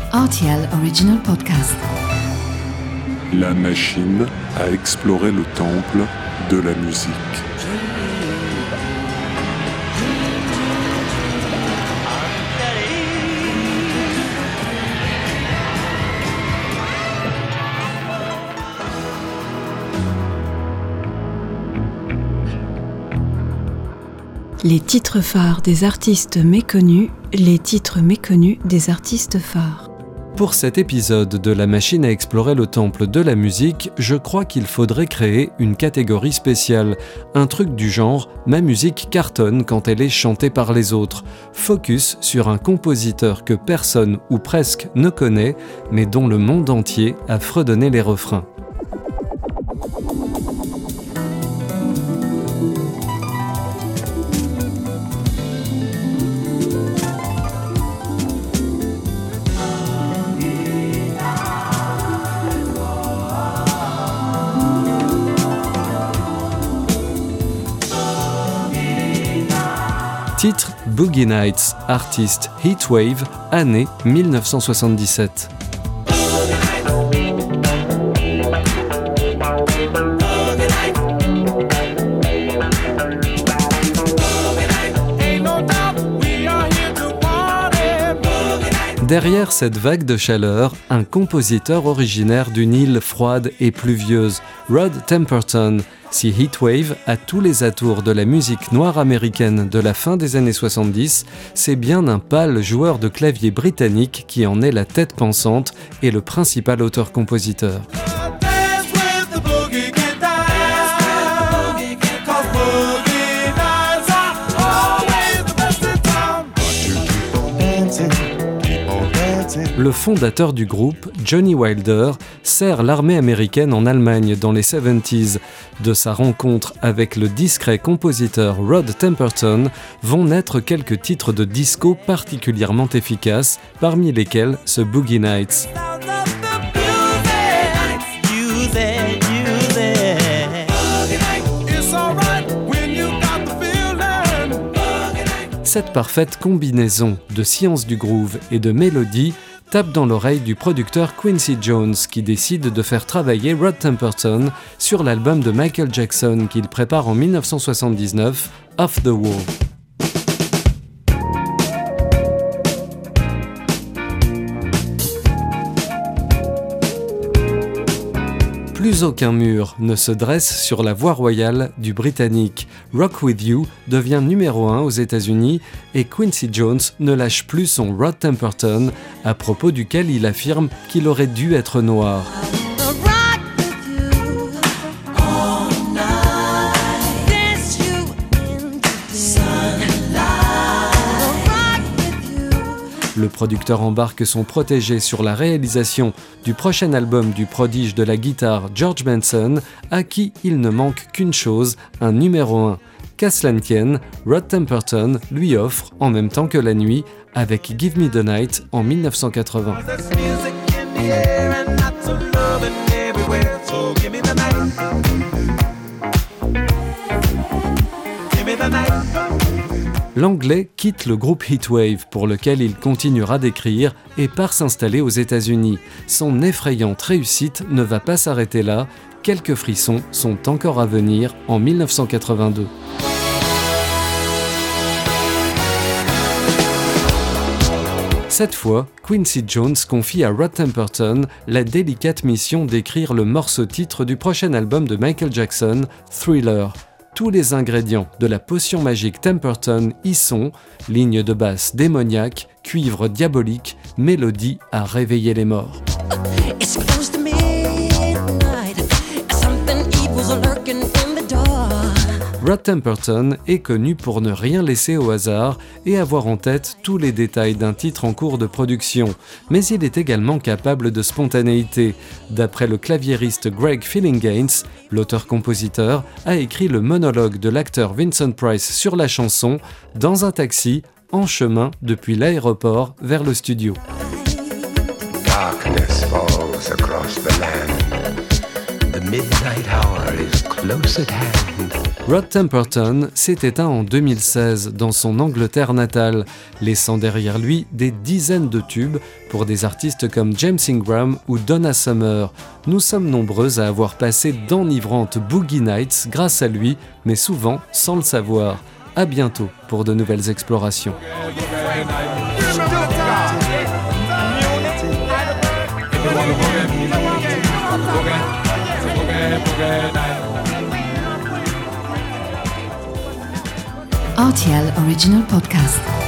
RTL Original Podcast. La machine a exploré le temple de la musique. Les titres phares des artistes méconnus, les titres méconnus des artistes phares. Pour cet épisode de La machine à explorer le temple de la musique, je crois qu'il faudrait créer une catégorie spéciale. Un truc du genre « Ma musique cartonne quand elle est chantée par les autres ». Focus sur un compositeur que personne ou presque ne connaît, mais dont le monde entier a fredonné les refrains. Titre Boogie Nights, artiste Heatwave, année 1977. Derrière cette vague de chaleur, un compositeur originaire d'une île froide et pluvieuse, Rod Temperton. Si Heatwave a tous les atours de la musique noire américaine de la fin des années 70, c'est bien un pâle joueur de clavier britannique qui en est la tête pensante et le principal auteur-compositeur. Le fondateur du groupe, Johnny Wilder, sert l'armée américaine en Allemagne dans les 70s. De sa rencontre avec le discret compositeur Rod Temperton vont naître quelques titres de disco particulièrement efficaces, parmi lesquels ce Boogie Nights. Cette parfaite combinaison de science du groove et de mélodie tape dans l'oreille du producteur Quincy Jones qui décide de faire travailler Rod Temperton sur l'album de Michael Jackson qu'il prépare en 1979, Off the Wall. Plus aucun mur ne se dresse sur la voie royale du Britannique. Rock With You devient numéro 1 aux États-Unis et Quincy Jones ne lâche plus son Rod Temperton, à propos duquel il affirme qu'il aurait dû être noir. Le producteur embarque son protégé sur la réalisation du prochain album du prodige de la guitare George Benson, à qui il ne manque qu'une chose, un numéro 1. Qu'à cela ne tienne, Rod Temperton lui offre, en même temps que la nuit, avec Give Me The Night en 1980. L'Anglais quitte le groupe Heatwave pour lequel il continuera d'écrire et part s'installer aux États-Unis. Son effrayante réussite ne va pas s'arrêter là, quelques frissons sont encore à venir en 1982. Cette fois, Quincy Jones confie à Rod Temperton la délicate mission d'écrire le morceau-titre du prochain album de Michael Jackson, Thriller. Tous les ingrédients de la potion magique Temperton y sont, ligne de basse démoniaque, cuivre diabolique, mélodie à réveiller les morts. Rod Temperton est connu pour ne rien laisser au hasard et avoir en tête tous les détails d'un titre en cours de production, mais il est également capable de spontanéité. D'après le claviériste Greg Phillinganes, l'auteur-compositeur a écrit le monologue de l'acteur Vincent Price sur la chanson dans un taxi en chemin depuis l'aéroport vers le studio. Darkness falls across the land. The midnight hour is close at hand. Rod Temperton s'est éteint en 2016 dans son Angleterre natale, laissant derrière lui des dizaines de tubes pour des artistes comme James Ingram ou Donna Summer. Nous sommes nombreux à avoir passé d'enivrantes Boogie Nights grâce à lui, mais souvent sans le savoir. À bientôt pour de nouvelles explorations. RTL Original Podcast.